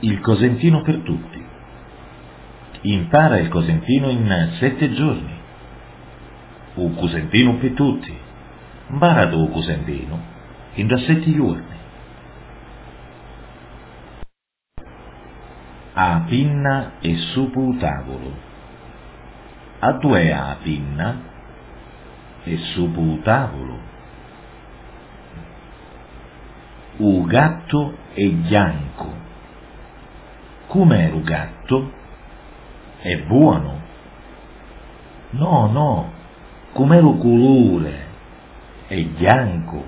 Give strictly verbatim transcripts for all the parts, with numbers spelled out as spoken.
Il cosentino per tutti. Impara il cosentino in sette giorni. Un cosentino per tutti. Impara tu cosentino in da sette giorni. A pinna e su tavolo. A due a pinna e su tavolo. U gatto è bianco. Com'è il gatto? È buono? No, no, com'è il colore? È bianco.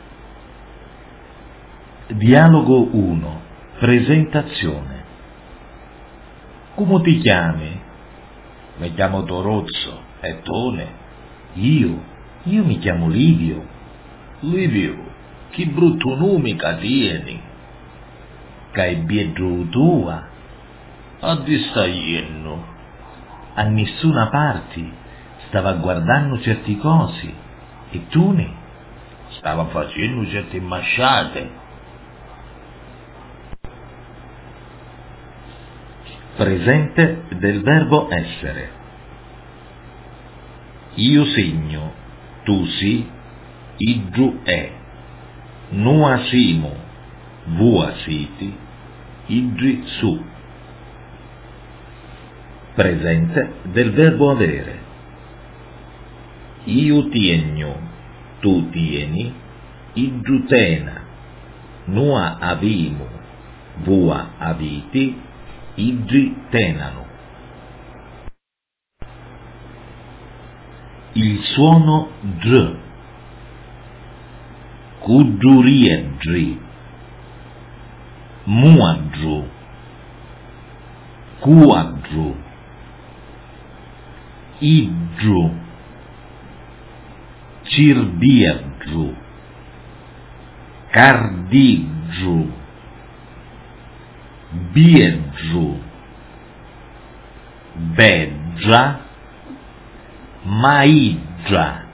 Dialogo uno. Presentazione. Come ti chiami? Mi chiamo Torozzo. E Tone? Io? Io mi chiamo Livio. Livio, che brutto nome che tieni. Che è biedro tua. A di stai a nessuna parte, stava guardando certi cosi, e tu ne stava facendo certe masciate. Presente del verbo essere. Io segno, tu si, idru è, nua simo, vua siti, idri su. Presente del verbo avere. Io tiegno, tu tieni, idru tena, nua avimo, vua aviti, idri tenano. Il suono dr. Kuduriedri, muadru, quadru, idru, cirbiedru, cardigru, biedru, beggia, maiggia.